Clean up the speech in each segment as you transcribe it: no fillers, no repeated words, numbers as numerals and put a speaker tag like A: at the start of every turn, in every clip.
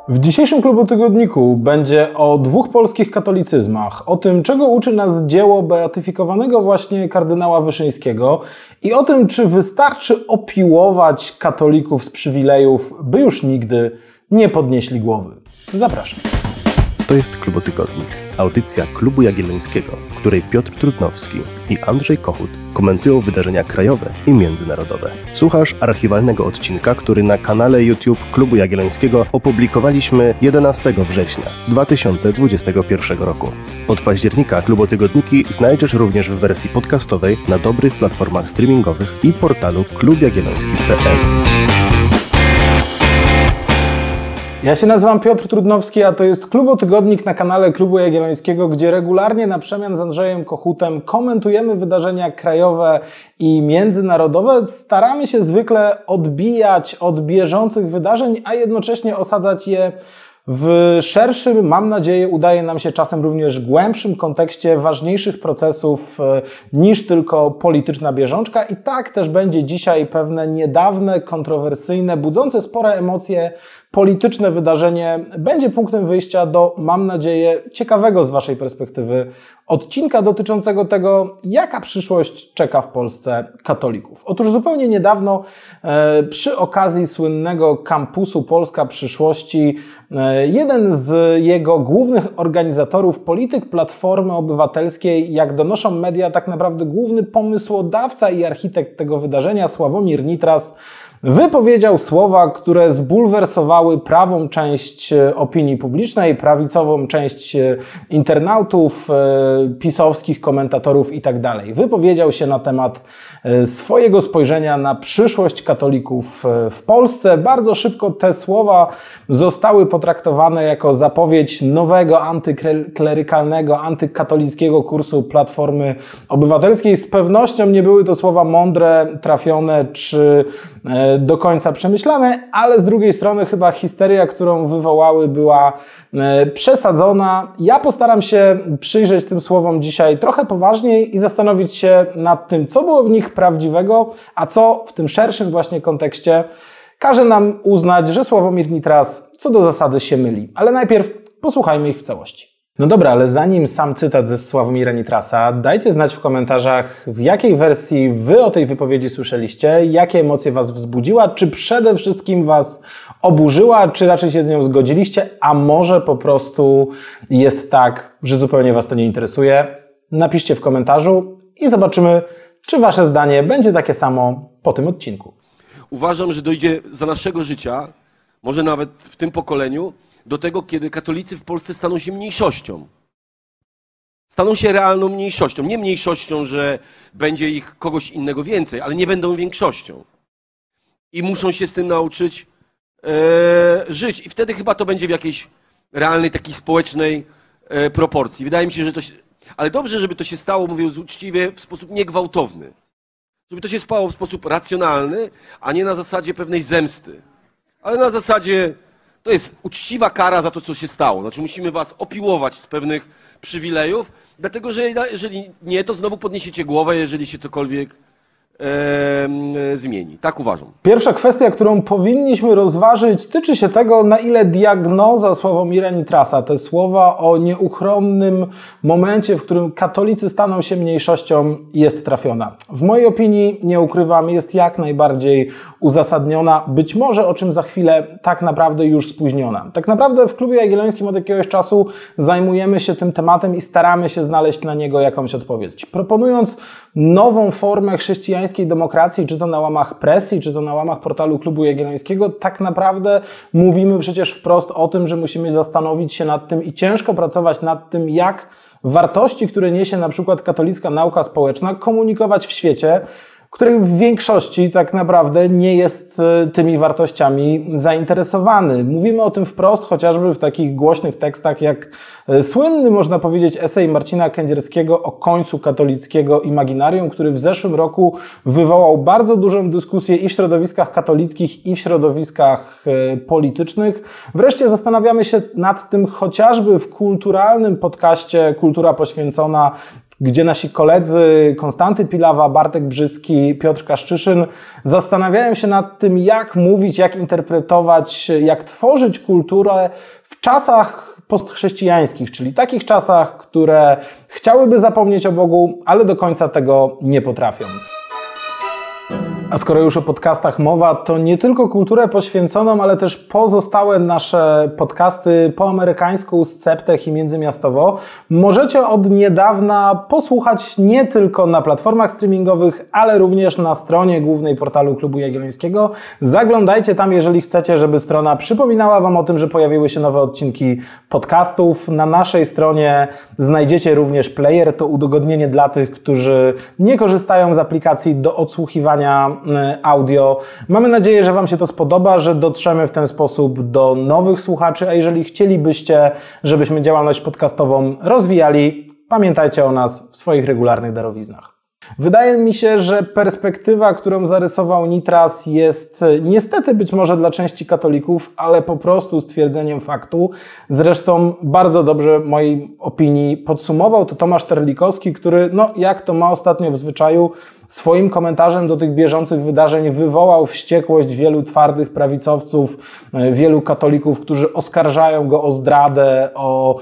A: W dzisiejszym Klubu Tygodniku będzie o dwóch polskich katolicyzmach, o tym, czego uczy nas dzieło beatyfikowanego właśnie kardynała Wyszyńskiego i o tym, czy wystarczy opiłować katolików z przywilejów, by już nigdy nie podnieśli głowy. Zapraszam.
B: To jest Klubotygodnik, audycja Klubu Jagiellońskiego, w której Piotr Trudnowski i Andrzej Kochut komentują wydarzenia krajowe i międzynarodowe. Słuchasz archiwalnego odcinka, który na kanale YouTube Klubu Jagiellońskiego opublikowaliśmy 11 września 2021 roku. Od października Klubotygodniki znajdziesz również w wersji podcastowej na dobrych platformach streamingowych i portalu klubjagielloński.pl.
A: Ja się nazywam Piotr Trudnowski, a to jest Klubotygodnik na kanale Klubu Jagiellońskiego, gdzie regularnie na przemian z Andrzejem Kochutem komentujemy wydarzenia krajowe i międzynarodowe. Staramy się zwykle odbijać od bieżących wydarzeń, a jednocześnie osadzać je w szerszym, mam nadzieję, udaje nam się czasem również głębszym kontekście ważniejszych procesów niż tylko polityczna bieżączka. I tak też będzie dzisiaj pewne niedawne, kontrowersyjne, budzące spore emocje polityczne wydarzenie będzie punktem wyjścia do, mam nadzieję, ciekawego z Waszej perspektywy odcinka dotyczącego tego, jaka przyszłość czeka w Polsce katolików. Otóż zupełnie niedawno przy okazji słynnego kampusu Polska Przyszłości jeden z jego głównych organizatorów, polityk Platformy Obywatelskiej, jak donoszą media, tak naprawdę główny pomysłodawca i architekt tego wydarzenia, Sławomir Nitras, wypowiedział słowa, które zbulwersowały prawą część opinii publicznej, prawicową część internautów, pisowskich komentatorów itd. Wypowiedział się na temat swojego spojrzenia na przyszłość katolików w Polsce. Bardzo szybko te słowa zostały potraktowane jako zapowiedź nowego antyklerykalnego, antykatolickiego kursu Platformy Obywatelskiej. Z pewnością nie były to słowa mądre, trafione czy do końca przemyślane, ale z drugiej strony chyba histeria, którą wywołały, była przesadzona. Ja postaram się przyjrzeć tym słowom dzisiaj trochę poważniej i zastanowić się nad tym, co było w nich prawdziwego, a co w tym szerszym właśnie kontekście każe nam uznać, że Sławomir Nitras co do zasady się myli. Ale najpierw posłuchajmy ich w całości. No dobra, ale zanim sam cytat ze Sławomira Nitrasa, dajcie znać w komentarzach, w jakiej wersji Wy o tej wypowiedzi słyszeliście, jakie emocje Was wzbudziła, czy przede wszystkim Was oburzyła, czy raczej się z nią zgodziliście, a może po prostu jest tak, że zupełnie Was to nie interesuje. Napiszcie w komentarzu i zobaczymy, czy Wasze zdanie będzie takie samo po tym odcinku.
C: Uważam, że dojdzie za naszego życia, może nawet w tym pokoleniu, do tego, kiedy katolicy w Polsce staną się mniejszością. Staną się realną mniejszością. Nie mniejszością, że będzie ich kogoś innego więcej, ale nie będą większością. I muszą się z tym nauczyć żyć. I wtedy chyba to będzie w jakiejś realnej, takiej społecznej proporcji. Wydaje mi się, że to się... Ale dobrze, żeby to się stało, mówiąc uczciwie, w sposób niegwałtowny. Żeby to się stało w sposób racjonalny, a nie na zasadzie pewnej zemsty. Ale na zasadzie... To jest uczciwa kara za to, co się stało. Znaczy musimy was opiłować z pewnych przywilejów, dlatego że jeżeli nie, to znowu podniesiecie głowę, jeżeli się cokolwiek zmieni. Tak uważam.
A: Pierwsza kwestia, którą powinniśmy rozważyć, tyczy się tego, na ile diagnoza Sławomira Nitrasa, te słowa o nieuchronnym momencie, w którym katolicy staną się mniejszością, jest trafiona. W mojej opinii, nie ukrywam, jest jak najbardziej uzasadniona, być może, o czym za chwilę, tak naprawdę już spóźniona. Tak naprawdę w Klubie Jagiellońskim od jakiegoś czasu zajmujemy się tym tematem i staramy się znaleźć na niego jakąś odpowiedź. Proponując nową formę chrześcijańskiej demokracji, czy to na łamach presji, czy to na łamach portalu Klubu Jagiellońskiego, tak naprawdę mówimy przecież wprost o tym, że musimy zastanowić się nad tym i ciężko pracować nad tym, jak wartości, które niesie na przykład katolicka nauka społeczna, komunikować w świecie, który w większości tak naprawdę nie jest tymi wartościami zainteresowany. Mówimy o tym wprost, chociażby w takich głośnych tekstach jak słynny, można powiedzieć, esej Marcina Kędzierskiego o końcu katolickiego imaginarium, który w zeszłym roku wywołał bardzo dużą dyskusję i w środowiskach katolickich, i w środowiskach politycznych. Wreszcie zastanawiamy się nad tym chociażby w kulturalnym podcaście Kultura Poświęcona, gdzie nasi koledzy Konstanty Pilawa, Bartek Brzyski, Piotr Kaszczyszyn zastanawiają się nad tym, jak mówić, jak interpretować, jak tworzyć kulturę w czasach postchrześcijańskich, czyli takich czasach, które chciałyby zapomnieć o Bogu, ale do końca tego nie potrafią. A skoro już o podcastach mowa, to nie tylko kulturę poświęconą, ale też pozostałe nasze podcasty po amerykańsku, Sceptech i Międzymiastowo możecie od niedawna posłuchać nie tylko na platformach streamingowych, ale również na stronie głównej portalu Klubu Jagiellońskiego. Zaglądajcie tam, jeżeli chcecie, żeby strona przypominała Wam o tym, że pojawiły się nowe odcinki podcastów. Na naszej stronie znajdziecie również player, to udogodnienie dla tych, którzy nie korzystają z aplikacji do odsłuchiwania audio. Mamy nadzieję, że Wam się to spodoba, że dotrzemy w ten sposób do nowych słuchaczy, a jeżeli chcielibyście, żebyśmy działalność podcastową rozwijali, pamiętajcie o nas w swoich regularnych darowiznach. Wydaje mi się, że perspektywa, którą zarysował Nitras, jest niestety być może dla części katolików, ale po prostu stwierdzeniem faktu. Zresztą bardzo dobrze w mojej opinii podsumował to Tomasz Terlikowski, który, jak to ma ostatnio w zwyczaju, swoim komentarzem do tych bieżących wydarzeń wywołał wściekłość wielu twardych prawicowców, wielu katolików, którzy oskarżają go o zdradę, o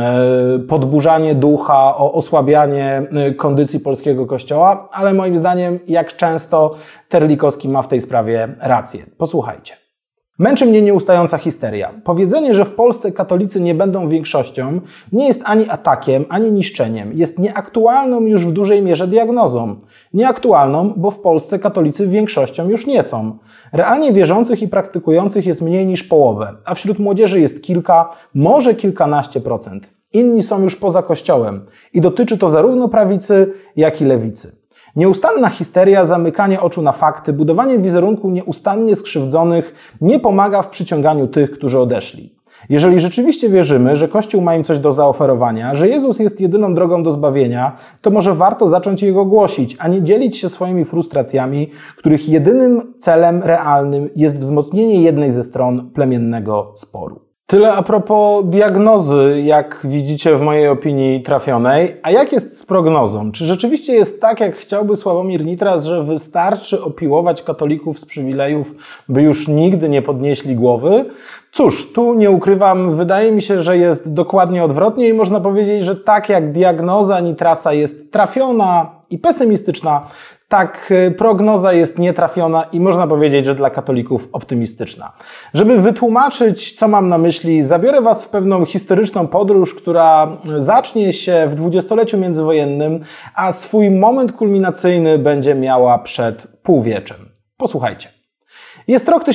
A: podburzanie ducha, o osłabianie kondycji polskiego kościoła, ale moim zdaniem, jak często, Terlikowski ma w tej sprawie rację. Posłuchajcie. Męczy mnie nieustająca histeria. Powiedzenie, że w Polsce katolicy nie będą większością, nie jest ani atakiem, ani niszczeniem. Jest nieaktualną już w dużej mierze diagnozą. Nieaktualną, bo w Polsce katolicy większością już nie są. Realnie wierzących i praktykujących jest mniej niż połowę, a wśród młodzieży jest kilka, może kilkanaście procent. Inni są już poza Kościołem i dotyczy to zarówno prawicy, jak i lewicy. Nieustanna histeria, zamykanie oczu na fakty, budowanie wizerunku nieustannie skrzywdzonych nie pomaga w przyciąganiu tych, którzy odeszli. Jeżeli rzeczywiście wierzymy, że Kościół ma im coś do zaoferowania, że Jezus jest jedyną drogą do zbawienia, to może warto zacząć Jego głosić, a nie dzielić się swoimi frustracjami, których jedynym celem realnym jest wzmocnienie jednej ze stron plemiennego sporu. Tyle a propos diagnozy, jak widzicie w mojej opinii trafionej. A jak jest z prognozą? Czy rzeczywiście jest tak, jak chciałby Sławomir Nitras, że wystarczy opiłować katolików z przywilejów, by już nigdy nie podnieśli głowy? Cóż, tu nie ukrywam, wydaje mi się, że jest dokładnie odwrotnie i można powiedzieć, że tak jak diagnoza Nitrasa jest trafiona i pesymistyczna, tak prognoza jest nietrafiona i można powiedzieć, że dla katolików optymistyczna. Żeby wytłumaczyć, co mam na myśli, zabiorę Was w pewną historyczną podróż, która zacznie się w dwudziestoleciu międzywojennym, a swój moment kulminacyjny będzie miała przed półwieczem. Posłuchajcie. Jest rok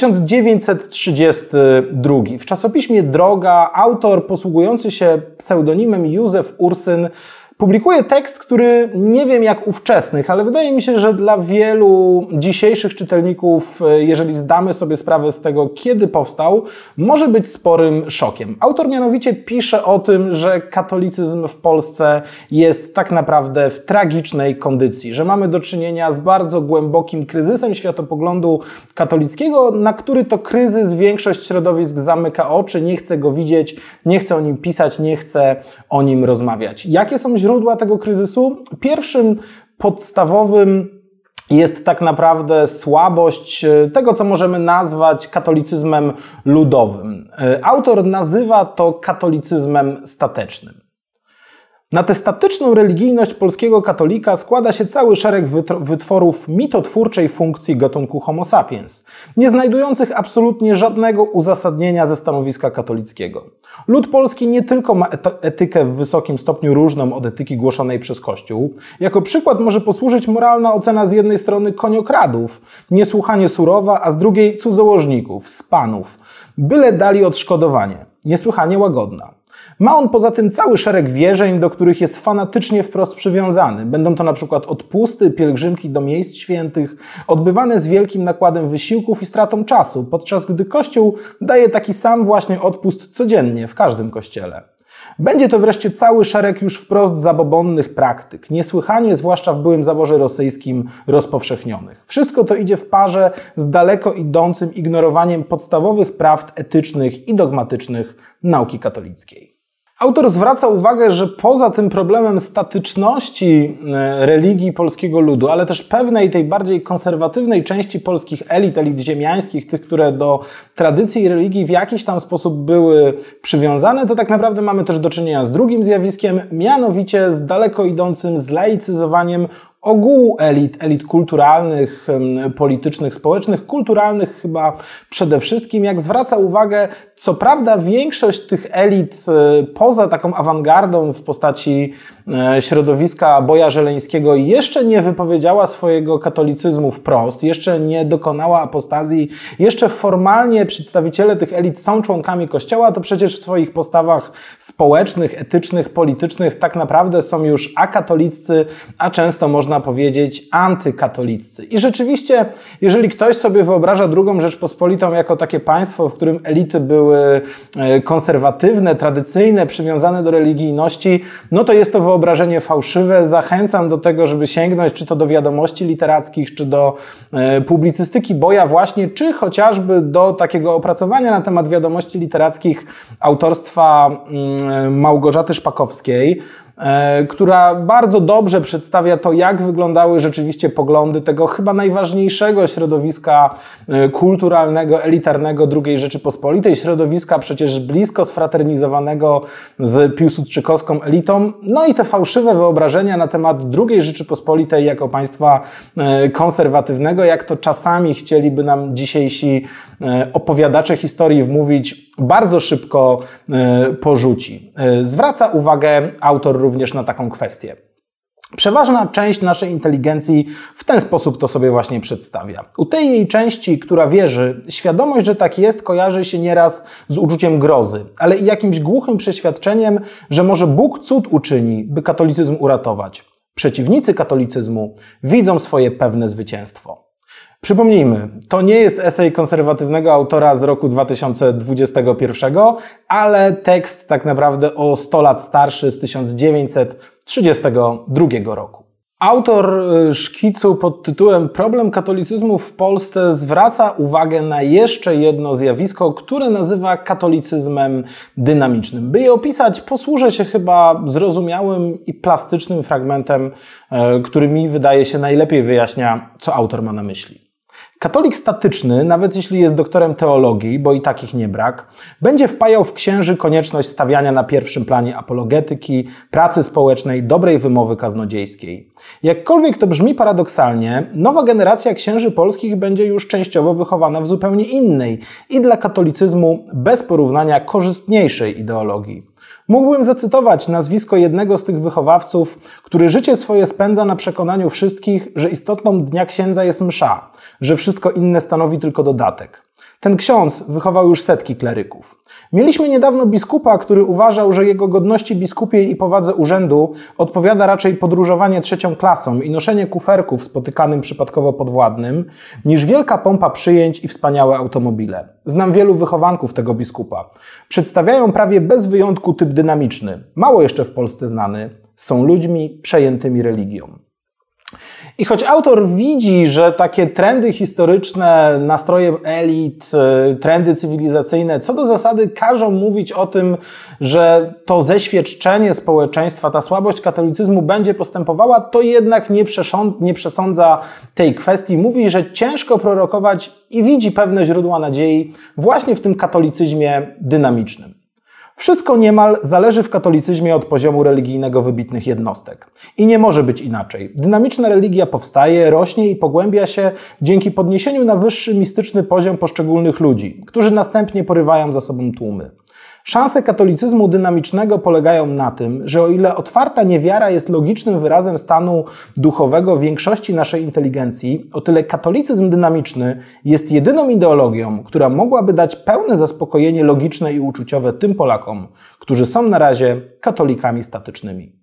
A: 1932. W czasopiśmie Droga autor posługujący się pseudonimem Józef Ursyn publikuje tekst, który nie wiem jak ówczesnych, ale wydaje mi się, że dla wielu dzisiejszych czytelników, jeżeli zdamy sobie sprawę z tego, kiedy powstał, może być sporym szokiem. Autor mianowicie pisze o tym, że katolicyzm w Polsce jest tak naprawdę w tragicznej kondycji, że mamy do czynienia z bardzo głębokim kryzysem światopoglądu katolickiego, na który to kryzys większość środowisk zamyka oczy, nie chce go widzieć, nie chce o nim pisać, nie chce o nim rozmawiać. Jakie są źródła tego kryzysu? Pierwszym podstawowym jest tak naprawdę słabość tego, co możemy nazwać katolicyzmem ludowym. Autor nazywa to katolicyzmem statecznym. Na tę statyczną religijność polskiego katolika składa się cały szereg wytworów mitotwórczej funkcji gatunku Homo sapiens, nie znajdujących absolutnie żadnego uzasadnienia ze stanowiska katolickiego. Lud polski nie tylko ma etykę w wysokim stopniu różną od etyki głoszonej przez Kościół. Jako przykład może posłużyć moralna ocena z jednej strony koniokradów, niesłychanie surowa, a z drugiej cudzołożników, spanów, byle dali odszkodowanie, niesłychanie łagodna. Ma on poza tym cały szereg wierzeń, do których jest fanatycznie wprost przywiązany. Będą to na przykład odpusty, pielgrzymki do miejsc świętych, odbywane z wielkim nakładem wysiłków i stratą czasu, podczas gdy Kościół daje taki sam właśnie odpust codziennie, w każdym kościele. Będzie to wreszcie cały szereg już wprost zabobonnych praktyk, niesłychanie, zwłaszcza w byłym zaborze rosyjskim, rozpowszechnionych. Wszystko to idzie w parze z daleko idącym ignorowaniem podstawowych prawd etycznych i dogmatycznych nauki katolickiej. Autor zwraca uwagę, że poza tym problemem statyczności religii polskiego ludu, ale też pewnej tej bardziej konserwatywnej części polskich elit ziemiańskich, tych, które do tradycji i religii w jakiś tam sposób były przywiązane, to tak naprawdę mamy też do czynienia z drugim zjawiskiem, mianowicie z daleko idącym zlaicyzowaniem ogółu elit kulturalnych, politycznych, społecznych, kulturalnych chyba przede wszystkim. Jak zwraca uwagę, co prawda większość tych elit poza taką awangardą w postaci środowiska Boja Żeleńskiego jeszcze nie wypowiedziała swojego katolicyzmu wprost, jeszcze nie dokonała apostazji, jeszcze formalnie przedstawiciele tych elit są członkami Kościoła, to przecież w swoich postawach społecznych, etycznych, politycznych tak naprawdę są już akatoliccy, a często można powiedzieć antykatoliccy. I rzeczywiście, jeżeli ktoś sobie wyobraża II Rzeczpospolitą jako takie państwo, w którym elity były konserwatywne, tradycyjne, przywiązane do religijności, no to jest to wyobrażenie fałszywe. Zachęcam do tego, żeby sięgnąć czy to do wiadomości literackich, czy do publicystyki Boja właśnie, czy chociażby do takiego opracowania na temat wiadomości literackich autorstwa Małgorzaty Szpakowskiej, która bardzo dobrze przedstawia to, jak wyglądały rzeczywiście poglądy tego chyba najważniejszego środowiska kulturalnego, elitarnego II Rzeczypospolitej, środowiska przecież blisko sfraternizowanego z piłsudczykowską elitą, no i te fałszywe wyobrażenia na temat II Rzeczypospolitej jako państwa konserwatywnego, jak to czasami chcieliby nam dzisiejsi opowiadacze historii wmówić, bardzo szybko porzuci. Zwraca uwagę autor również na taką kwestię. Przeważna część naszej inteligencji w ten sposób to sobie właśnie przedstawia. U tej jej części, która wierzy, świadomość, że tak jest, kojarzy się nieraz z uczuciem grozy, ale i jakimś głuchym przeświadczeniem, że może Bóg cud uczyni, by katolicyzm uratować. Przeciwnicy katolicyzmu widzą swoje pewne zwycięstwo. Przypomnijmy, to nie jest esej konserwatywnego autora z roku 2021, ale tekst tak naprawdę o 100 lat starszy z 1932 roku. Autor szkicu pod tytułem Problem katolicyzmu w Polsce zwraca uwagę na jeszcze jedno zjawisko, które nazywa katolicyzmem dynamicznym. By je opisać, posłużę się chyba zrozumiałym i plastycznym fragmentem, który mi wydaje się najlepiej wyjaśnia, co autor ma na myśli. Katolik statyczny, nawet jeśli jest doktorem teologii, bo i takich nie brak, będzie wpajał w księży konieczność stawiania na pierwszym planie apologetyki, pracy społecznej, dobrej wymowy kaznodziejskiej. Jakkolwiek to brzmi paradoksalnie, nowa generacja księży polskich będzie już częściowo wychowana w zupełnie innej i dla katolicyzmu bez porównania korzystniejszej ideologii. Mógłbym zacytować nazwisko jednego z tych wychowawców, który życie swoje spędza na przekonaniu wszystkich, że istotą dnia księdza jest msza, że wszystko inne stanowi tylko dodatek. Ten ksiądz wychował już setki kleryków. Mieliśmy niedawno biskupa, który uważał, że jego godności biskupiej i powadze urzędu odpowiada raczej podróżowanie 3. klasą i noszenie kuferków spotykanym przypadkowo podwładnym, niż wielka pompa przyjęć i wspaniałe automobile. Znam wielu wychowanków tego biskupa. Przedstawiają prawie bez wyjątku typ dynamiczny, mało jeszcze w Polsce znany, są ludźmi przejętymi religią. I choć autor widzi, że takie trendy historyczne, nastroje elit, trendy cywilizacyjne co do zasady każą mówić o tym, że to zeświadczenie społeczeństwa, ta słabość katolicyzmu będzie postępowała, to jednak nie przesądza tej kwestii. Mówi, że ciężko prorokować i widzi pewne źródła nadziei właśnie w tym katolicyzmie dynamicznym. Wszystko niemal zależy w katolicyzmie od poziomu religijnego wybitnych jednostek. I nie może być inaczej. Dynamiczna religia powstaje, rośnie i pogłębia się dzięki podniesieniu na wyższy mistyczny poziom poszczególnych ludzi, którzy następnie porywają za sobą tłumy. Szanse katolicyzmu dynamicznego polegają na tym, że o ile otwarta niewiara jest logicznym wyrazem stanu duchowego większości naszej inteligencji, o tyle katolicyzm dynamiczny jest jedyną ideologią, która mogłaby dać pełne zaspokojenie logiczne i uczuciowe tym Polakom, którzy są na razie katolikami statycznymi.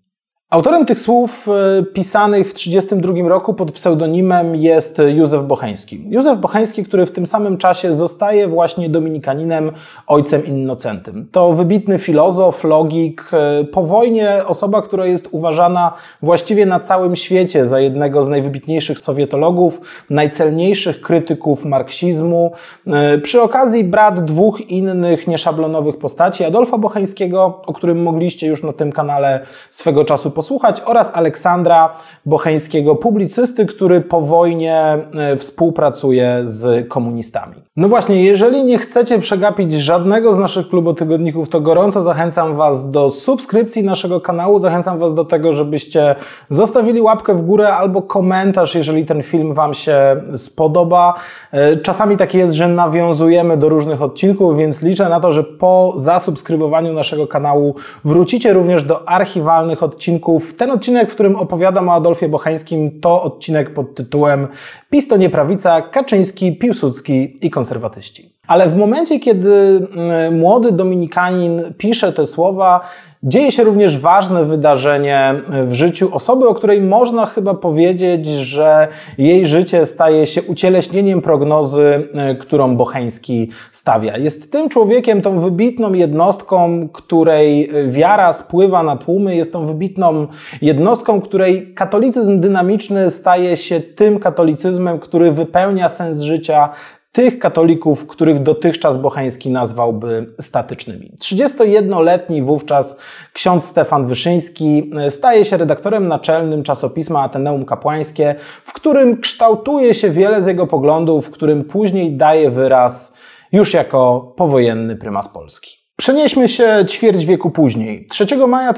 A: Autorem tych słów pisanych w 1932 roku pod pseudonimem jest Józef Bocheński. Józef Bocheński, który w tym samym czasie zostaje właśnie dominikaninem, ojcem innocentym. To wybitny filozof, logik, po wojnie osoba, która jest uważana właściwie na całym świecie za jednego z najwybitniejszych sowietologów, najcelniejszych krytyków marksizmu. Przy okazji brat dwóch innych nieszablonowych postaci, Adolfa Bocheńskiego, o którym mogliście już na tym kanale swego czasu posłuchać, oraz Aleksandra Bocheńskiego, publicysty, który po wojnie współpracuje z komunistami. No właśnie, jeżeli nie chcecie przegapić żadnego z naszych klubotygodników, to gorąco zachęcam Was do subskrypcji naszego kanału, zachęcam Was do tego, żebyście zostawili łapkę w górę albo komentarz, jeżeli ten film Wam się spodoba. Czasami tak jest, że nawiązujemy do różnych odcinków, więc liczę na to, że po zasubskrybowaniu naszego kanału wrócicie również do archiwalnych odcinków. Ten odcinek, w którym opowiadam o Adolfie Bocheńskim, to odcinek pod tytułem PiS to nieprawica, Kaczyński, Piłsudski i konserwatyści. Ale w momencie, kiedy młody dominikanin pisze te słowa, dzieje się również ważne wydarzenie w życiu osoby, o której można chyba powiedzieć, że jej życie staje się ucieleśnieniem prognozy, którą Bocheński stawia. Jest tym człowiekiem, tą wybitną jednostką, której wiara spływa na tłumy, jest tą wybitną jednostką, której katolicyzm dynamiczny staje się tym katolicyzmem, który wypełnia sens życia tych katolików, których dotychczas Bocheński nazwałby statycznymi. 31-letni wówczas ksiądz Stefan Wyszyński staje się redaktorem naczelnym czasopisma Ateneum Kapłańskie, w którym kształtuje się wiele z jego poglądów, w którym później daje wyraz już jako powojenny prymas Polski. Przenieśmy się ćwierć wieku później. 3 maja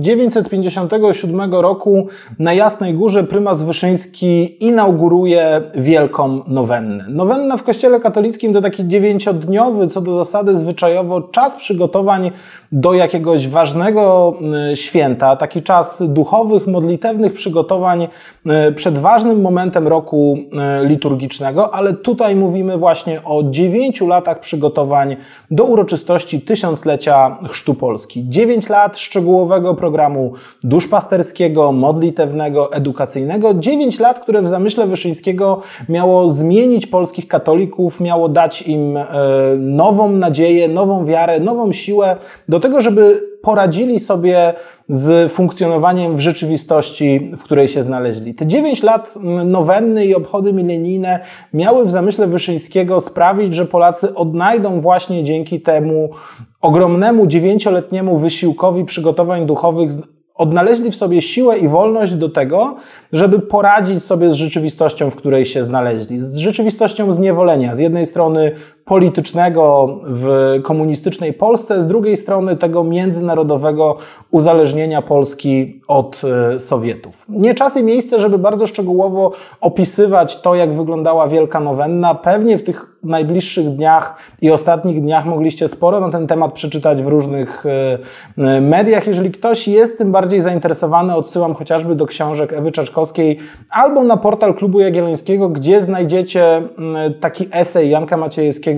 A: 1957 roku na Jasnej Górze prymas Wyszyński inauguruje wielką nowennę. Nowenna w kościele katolickim to taki 9-dniowy, co do zasady zwyczajowo, czas przygotowań do jakiegoś ważnego święta, taki czas duchowych, modlitewnych przygotowań przed ważnym momentem roku liturgicznego, ale tutaj mówimy właśnie o 9 latach przygotowań do uroczystości tysiąclecia Chrztu Polski. 9 lat szczegółowego programu duszpasterskiego, modlitewnego, edukacyjnego. 9 lat, które w zamyśle Wyszyńskiego miało zmienić polskich katolików, miało dać im nową nadzieję, nową wiarę, nową siłę do tego, żeby poradzili sobie z funkcjonowaniem w rzeczywistości, w której się znaleźli. Te 9 lat nowenny i obchody milenijne miały w zamyśle Wyszyńskiego sprawić, że Polacy odnajdą właśnie dzięki temu ogromnemu 9-letniemu wysiłkowi przygotowań duchowych, odnaleźli w sobie siłę i wolność do tego, żeby poradzić sobie z rzeczywistością, w której się znaleźli. Z rzeczywistością zniewolenia. Z jednej strony politycznego w komunistycznej Polsce, z drugiej strony tego międzynarodowego uzależnienia Polski od Sowietów. Nie czas i miejsce, żeby bardzo szczegółowo opisywać to, jak wyglądała Wielka Nowenna. Pewnie w tych najbliższych dniach i ostatnich dniach mogliście sporo na ten temat przeczytać w różnych mediach. Jeżeli ktoś jest tym bardziej zainteresowany, odsyłam chociażby do książek Ewy Czaczkowskiej albo na portal Klubu Jagiellońskiego, gdzie znajdziecie taki esej Janka Maciejewskiego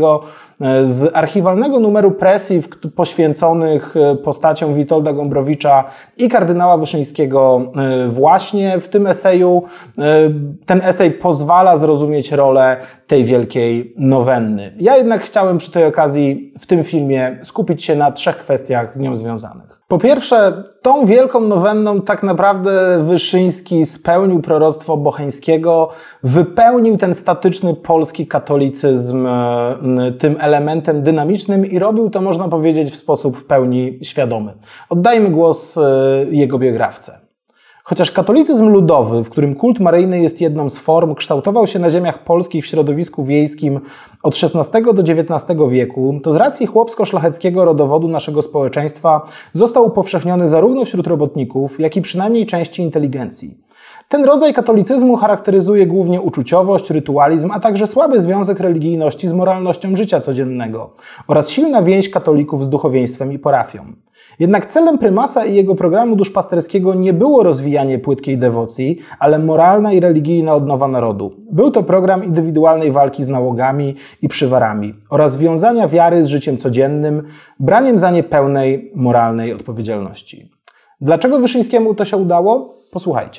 A: z archiwalnego numeru Presji poświęconych postaciom Witolda Gombrowicza i kardynała Wyszyńskiego właśnie w tym eseju. Ten esej pozwala zrozumieć rolę tej wielkiej nowenny. Ja jednak chciałem przy tej okazji w tym filmie skupić się na 3 kwestiach z nią związanych. Po pierwsze, tą wielką nowenną tak naprawdę Wyszyński spełnił proroctwo Bocheńskiego, wypełnił ten statyczny polski katolicyzm tym elementem dynamicznym i robił to, można powiedzieć, w sposób w pełni świadomy. Oddajmy głos jego biografce. Chociaż katolicyzm ludowy, w którym kult maryjny jest jedną z form, kształtował się na ziemiach polskich w środowisku wiejskim od XVI do XIX wieku, to z racji chłopsko-szlacheckiego rodowodu naszego społeczeństwa został upowszechniony zarówno wśród robotników, jak i przynajmniej części inteligencji. Ten rodzaj katolicyzmu charakteryzuje głównie uczuciowość, rytualizm, a także słaby związek religijności z moralnością życia codziennego oraz silna więź katolików z duchowieństwem i parafią. Jednak celem prymasa i jego programu duszpasterskiego nie było rozwijanie płytkiej dewocji, ale moralna i religijna odnowa narodu. Był to program indywidualnej walki z nałogami i przywarami oraz wiązania wiary z życiem codziennym, braniem za nie pełnej moralnej odpowiedzialności. Dlaczego Wyszyńskiemu to się udało? Posłuchajcie.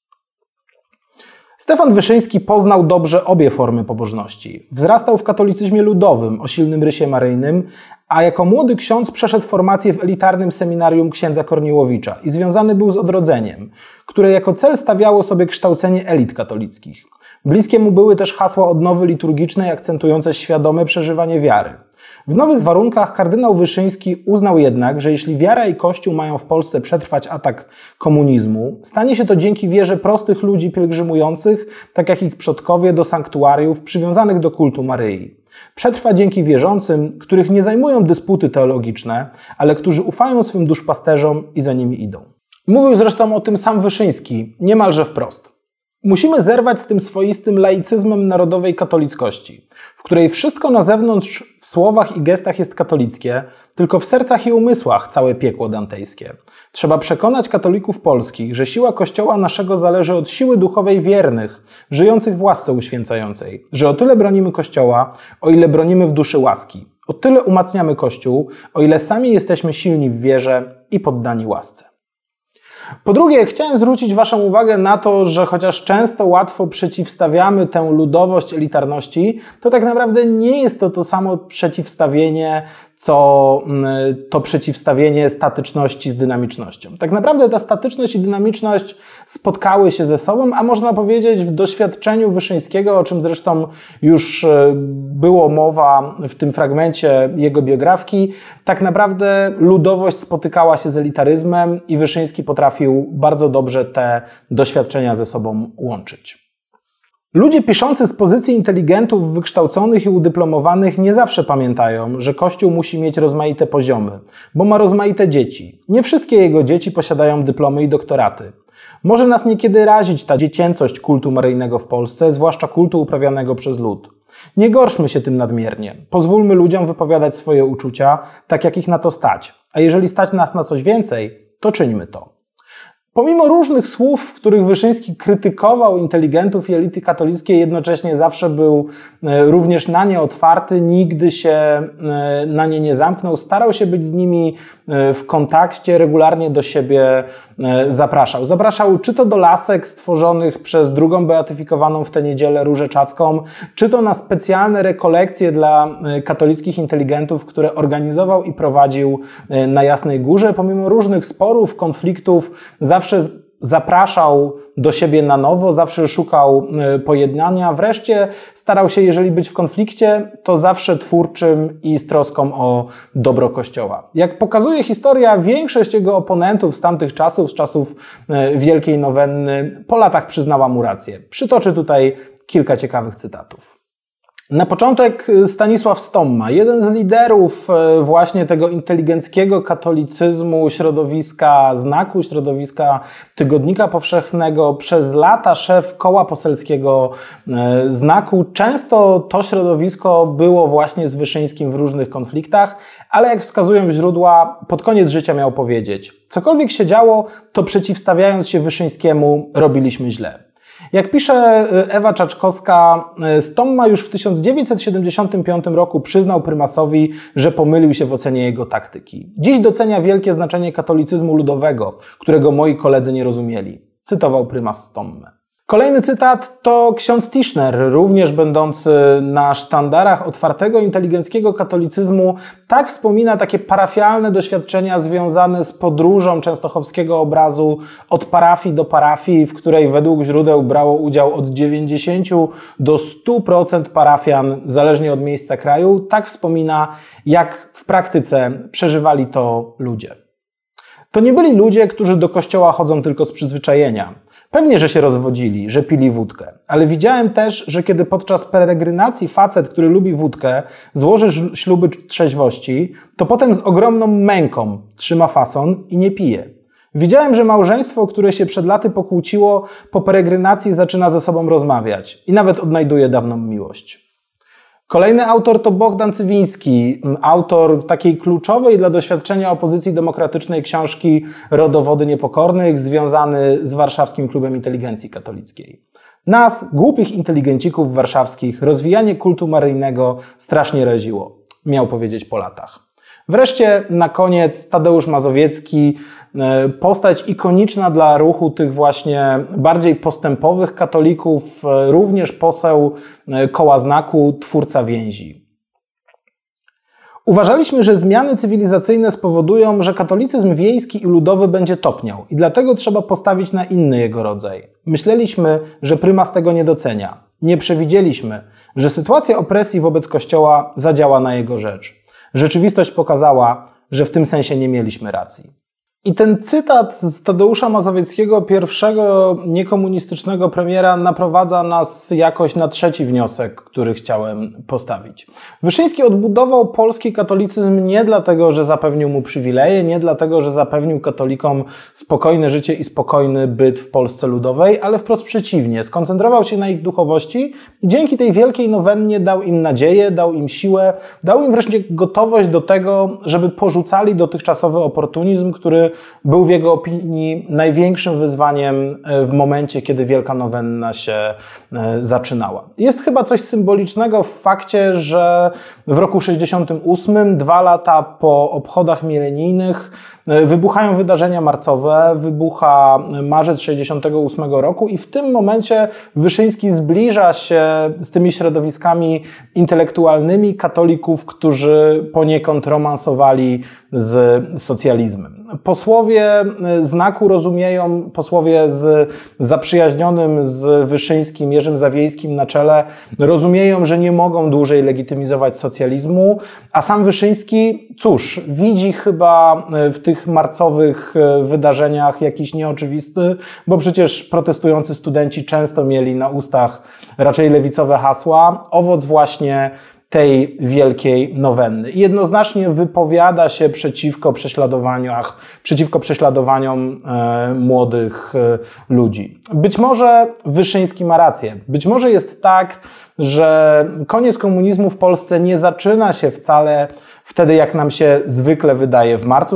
A: Stefan Wyszyński poznał dobrze obie formy pobożności. Wzrastał w katolicyzmie ludowym o silnym rysie maryjnym, a jako młody ksiądz przeszedł formację w elitarnym seminarium księdza Korniłowicza i związany był z Odrodzeniem, które jako cel stawiało sobie kształcenie elit katolickich. Bliskie mu były też hasła odnowy liturgicznej akcentujące świadome przeżywanie wiary. W nowych warunkach kardynał Wyszyński uznał jednak, że jeśli wiara i Kościół mają w Polsce przetrwać atak komunizmu, stanie się to dzięki wierze prostych ludzi pielgrzymujących, tak jak ich przodkowie, do sanktuariów przywiązanych do kultu Maryi. Przetrwa dzięki wierzącym, których nie zajmują dysputy teologiczne, ale którzy ufają swym duszpasterzom i za nimi idą. Mówił zresztą o tym sam Wyszyński, niemalże wprost. Musimy zerwać z tym swoistym laicyzmem narodowej katolickości, w której wszystko na zewnątrz w słowach i gestach jest katolickie, tylko w sercach i umysłach całe piekło dantejskie. Trzeba przekonać katolików polskich, że siła Kościoła naszego zależy od siły duchowej wiernych, żyjących w łasce uświęcającej, że o tyle bronimy Kościoła, o ile bronimy w duszy łaski, o tyle umacniamy Kościół, o ile sami jesteśmy silni w wierze i poddani łasce. Po drugie, chciałem zwrócić Waszą uwagę na to, że chociaż często łatwo przeciwstawiamy tę ludowość elitarności, to tak naprawdę nie jest to samo przeciwstawienie, co to przeciwstawienie statyczności z dynamicznością. Tak naprawdę ta statyczność i dynamiczność spotkały się ze sobą, a można powiedzieć w doświadczeniu Wyszyńskiego, o czym zresztą już było mowa w tym fragmencie jego biografii, tak naprawdę ludowość spotykała się z elitaryzmem i Wyszyński potrafił bardzo dobrze te doświadczenia ze sobą łączyć. Ludzie piszący z pozycji inteligentów, wykształconych i udyplomowanych nie zawsze pamiętają, że Kościół musi mieć rozmaite poziomy, bo ma rozmaite dzieci. Nie wszystkie jego dzieci posiadają dyplomy i doktoraty. Może nas niekiedy razić ta dziecięcość kultu maryjnego w Polsce, zwłaszcza kultu uprawianego przez lud. Nie gorszmy się tym nadmiernie. Pozwólmy ludziom wypowiadać swoje uczucia, tak jak ich na to stać. A jeżeli stać nas na coś więcej, to czyńmy to. Pomimo różnych słów, w których Wyszyński krytykował inteligentów i elity katolickie, jednocześnie zawsze był również na nie otwarty, nigdy się na nie nie zamknął, starał się być z nimi w kontakcie, regularnie do siebie zapraszał. Zapraszał czy to do lasek stworzonych przez drugą beatyfikowaną w tę niedzielę Różę Czadzką, czy to na specjalne rekolekcje dla katolickich inteligentów, które organizował i prowadził na Jasnej Górze. Pomimo różnych sporów, konfliktów, zawsze zapraszał do siebie na nowo, zawsze szukał pojednania. Wreszcie starał się, jeżeli być w konflikcie, to zawsze twórczym i z troską o dobro Kościoła. Jak pokazuje historia, większość jego oponentów z tamtych czasów, z czasów Wielkiej Nowenny, po latach przyznała mu rację. Przytoczę tutaj kilka ciekawych cytatów. Na początek Stanisław Stomma, jeden z liderów właśnie tego inteligenckiego katolicyzmu, środowiska Znaku, środowiska Tygodnika Powszechnego, przez lata szef koła poselskiego Znaku. Często to środowisko było właśnie z Wyszyńskim w różnych konfliktach, ale jak wskazują źródła, pod koniec życia miał powiedzieć: cokolwiek się działo, to przeciwstawiając się Wyszyńskiemu robiliśmy źle. Jak pisze Ewa Czaczkowska, Stomma już w 1975 roku przyznał prymasowi, że pomylił się w ocenie jego taktyki. Dziś docenia wielkie znaczenie katolicyzmu ludowego, którego moi koledzy nie rozumieli. Cytował prymas Stommę. Kolejny cytat to ksiądz Tischner, również będący na sztandarach otwartego inteligenckiego katolicyzmu, tak wspomina takie parafialne doświadczenia związane z podróżą częstochowskiego obrazu od parafii do parafii, w której według źródeł brało udział od 90 do 100% parafian, zależnie od miejsca kraju. Tak wspomina, jak w praktyce przeżywali to ludzie. To nie byli ludzie, którzy do kościoła chodzą tylko z przyzwyczajenia. Pewnie, że się rozwodzili, że pili wódkę, ale widziałem też, że kiedy podczas peregrinacji facet, który lubi wódkę, złoży śluby trzeźwości, to potem z ogromną męką trzyma fason i nie pije. Widziałem, że małżeństwo, które się przed laty pokłóciło, po peregrinacji zaczyna ze sobą rozmawiać i nawet odnajduje dawną miłość. Kolejny autor to Bohdan Cywiński, autor takiej kluczowej dla doświadczenia opozycji demokratycznej książki Rodowody Niepokornych, związany z Warszawskim Klubem Inteligencji Katolickiej. Nas, głupich inteligencików warszawskich, rozwijanie kultu maryjnego strasznie raziło, miał powiedzieć po latach. Wreszcie na koniec Tadeusz Mazowiecki, postać ikoniczna dla ruchu tych właśnie bardziej postępowych katolików, również poseł Koła Znaku, twórca więzi. Uważaliśmy, że zmiany cywilizacyjne spowodują, że katolicyzm wiejski i ludowy będzie topniał i dlatego trzeba postawić na inny jego rodzaj. Myśleliśmy, że prymas tego nie docenia. Nie przewidzieliśmy, że sytuacja opresji wobec Kościoła zadziała na jego rzecz. Rzeczywistość pokazała, że w tym sensie nie mieliśmy racji. I ten cytat z Tadeusza Mazowieckiego, pierwszego niekomunistycznego premiera, naprowadza nas jakoś na trzeci wniosek, który chciałem postawić. Wyszyński odbudował polski katolicyzm nie dlatego, że zapewnił mu przywileje, nie dlatego, że zapewnił katolikom spokojne życie i spokojny byt w Polsce ludowej, ale wprost przeciwnie. Skoncentrował się na ich duchowości i dzięki tej wielkiej nowennie dał im nadzieję, dał im siłę, dał im wreszcie gotowość do tego, żeby porzucali dotychczasowy oportunizm, który był w jego opinii największym wyzwaniem w momencie, kiedy Wielka Nowenna się zaczynała. Jest chyba coś symbolicznego w fakcie, że w roku 68, 2 lata po obchodach milenijnych, wybuchają wydarzenia marcowe, wybucha marzec 68 roku i w tym momencie Wyszyński zbliża się z tymi środowiskami intelektualnymi katolików, którzy poniekąd romansowali z socjalizmem. Posłowie Znaku rozumieją, posłowie z zaprzyjaźnionym z Wyszyńskim, Jerzym Zawiejskim na czele, rozumieją, że nie mogą dłużej legitymizować socjalizmu, a sam Wyszyński, cóż, widzi chyba w tych marcowych wydarzeniach jakiś nieoczywisty, bo przecież protestujący studenci często mieli na ustach raczej lewicowe hasła, owoc właśnie tej wielkiej nowenny. I jednoznacznie wypowiada się przeciwko prześladowaniom młodych ludzi. Być może Wyszyński ma rację. Być może jest tak, że koniec komunizmu w Polsce nie zaczyna się wcale wtedy, jak nam się zwykle wydaje, w marcu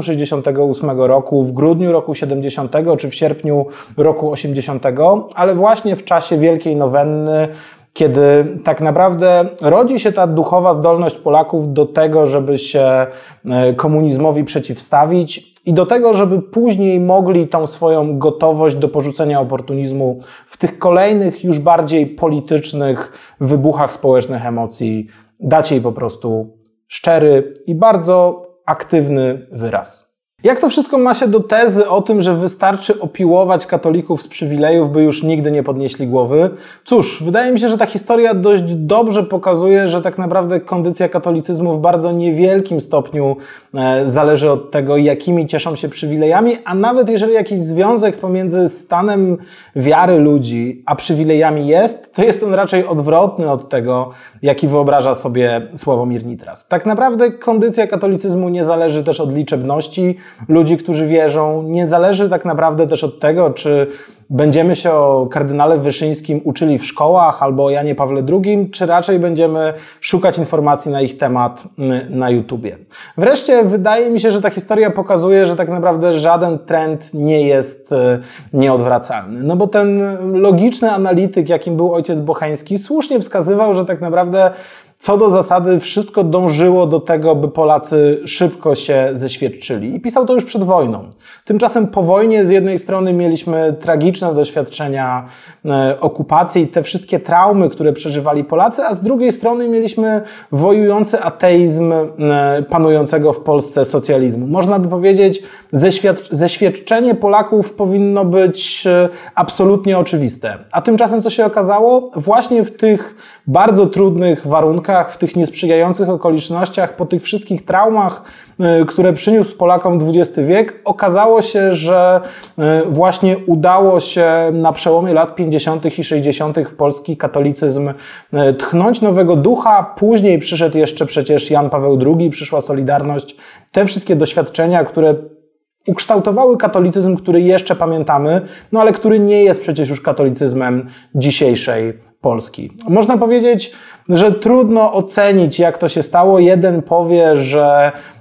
A: 68 roku, w grudniu roku 70 czy w sierpniu roku 80, ale właśnie w czasie Wielkiej Nowenny, kiedy tak naprawdę rodzi się ta duchowa zdolność Polaków do tego, żeby się komunizmowi przeciwstawić i do tego, żeby później mogli tą swoją gotowość do porzucenia oportunizmu w tych kolejnych, już bardziej politycznych wybuchach społecznych emocji dać jej po prostu szczery i bardzo aktywny wyraz. Jak to wszystko ma się do tezy o tym, że wystarczy opiłować katolików z przywilejów, by już nigdy nie podnieśli głowy? Cóż, wydaje mi się, że ta historia dość dobrze pokazuje, że tak naprawdę kondycja katolicyzmu w bardzo niewielkim stopniu zależy od tego, jakimi cieszą się przywilejami, a nawet jeżeli jakiś związek pomiędzy stanem wiary ludzi a przywilejami jest, to jest on raczej odwrotny od tego, jaki wyobraża sobie Sławomir Nitras. Tak naprawdę kondycja katolicyzmu nie zależy też od liczebności ludzi, którzy wierzą. Nie zależy tak naprawdę też od tego, czy będziemy się o kardynale Wyszyńskim uczyli w szkołach albo o Janie Pawle II, czy raczej będziemy szukać informacji na ich temat na YouTubie. Wreszcie wydaje mi się, że ta historia pokazuje, że tak naprawdę żaden trend nie jest nieodwracalny. No bo ten logiczny analityk, jakim był ojciec Bocheński, słusznie wskazywał, że tak naprawdę co do zasady wszystko dążyło do tego, by Polacy szybko się zeświadczyli. I pisał to już przed wojną. Tymczasem po wojnie z jednej strony mieliśmy tragiczne doświadczenia okupacji i te wszystkie traumy, które przeżywali Polacy, a z drugiej strony mieliśmy wojujący ateizm panującego w Polsce socjalizmu. Można by powiedzieć, zeświadczenie Polaków powinno być absolutnie oczywiste. A tymczasem co się okazało? Właśnie w tych bardzo trudnych warunkach, w tych niesprzyjających okolicznościach, po tych wszystkich traumach, które przyniósł Polakom XX wiek, okazało się, że właśnie udało się na przełomie lat 50. i 60. w polski katolicyzm tchnąć nowego ducha. Później przyszedł jeszcze przecież Jan Paweł II, przyszła Solidarność. Te wszystkie doświadczenia, które ukształtowały katolicyzm, który jeszcze pamiętamy, no ale który nie jest przecież już katolicyzmem dzisiejszej Polski. Można powiedzieć, że trudno ocenić, jak to się stało. Jeden powie, że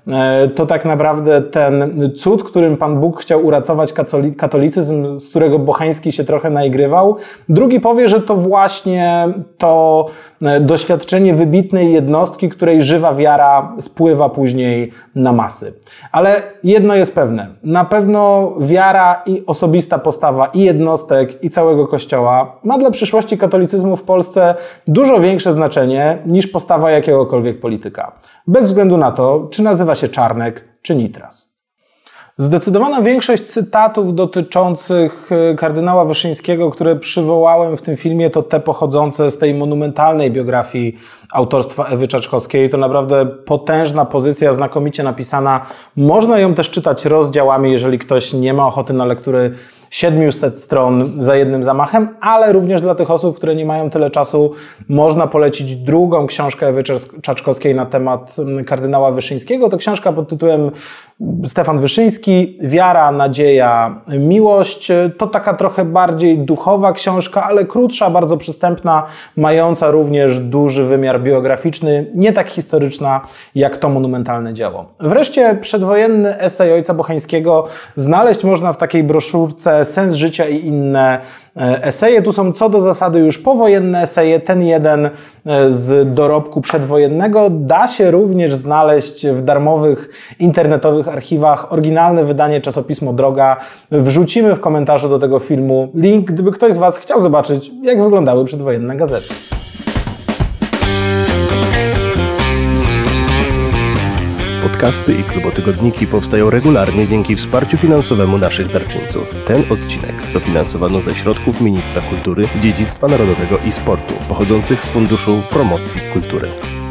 A: to tak naprawdę ten cud, którym Pan Bóg chciał uratować katolicyzm, z którego Bocheński się trochę naigrywał. Drugi powie, że to właśnie to doświadczenie wybitnej jednostki, której żywa wiara spływa później na masy. Ale jedno jest pewne. Na pewno wiara i osobista postawa i jednostek, i całego Kościoła ma dla przyszłości katolicyzmu w Polsce dużo większe znaczenie niż postawa jakiegokolwiek polityka. Bez względu na to, czy nazywa się Czarnek, czy Nitras. Zdecydowana większość cytatów dotyczących kardynała Wyszyńskiego, które przywołałem w tym filmie, to te pochodzące z tej monumentalnej biografii autorstwa Ewy Czaczkowskiej. To naprawdę potężna pozycja, znakomicie napisana. Można ją też czytać rozdziałami, jeżeli ktoś nie ma ochoty na lektury 700 stron za jednym zamachem, ale również dla tych osób, które nie mają tyle czasu, można polecić drugą książkę Ewy Czaczkowskiej na temat kardynała Wyszyńskiego. To książka pod tytułem Stefan Wyszyński, Wiara, Nadzieja, Miłość. To taka trochę bardziej duchowa książka, ale krótsza, bardzo przystępna, mająca również duży wymiar biograficzny, nie tak historyczna jak to monumentalne dzieło. Wreszcie przedwojenny esej ojca Bocheńskiego znaleźć można w takiej broszurce Sens życia i inne eseje. Tu są co do zasady już powojenne eseje. Ten jeden z dorobku przedwojennego da się również znaleźć w darmowych internetowych archiwach. Oryginalne wydanie czasopismo Droga. Wrzucimy w komentarzu do tego filmu link, gdyby ktoś z Was chciał zobaczyć, jak wyglądały przedwojenne gazety.
B: Podcasty i klubotygodniki powstają regularnie dzięki wsparciu finansowemu naszych darczyńców. Ten odcinek dofinansowano ze środków Ministra Kultury, Dziedzictwa Narodowego i Sportu, pochodzących z Funduszu Promocji Kultury.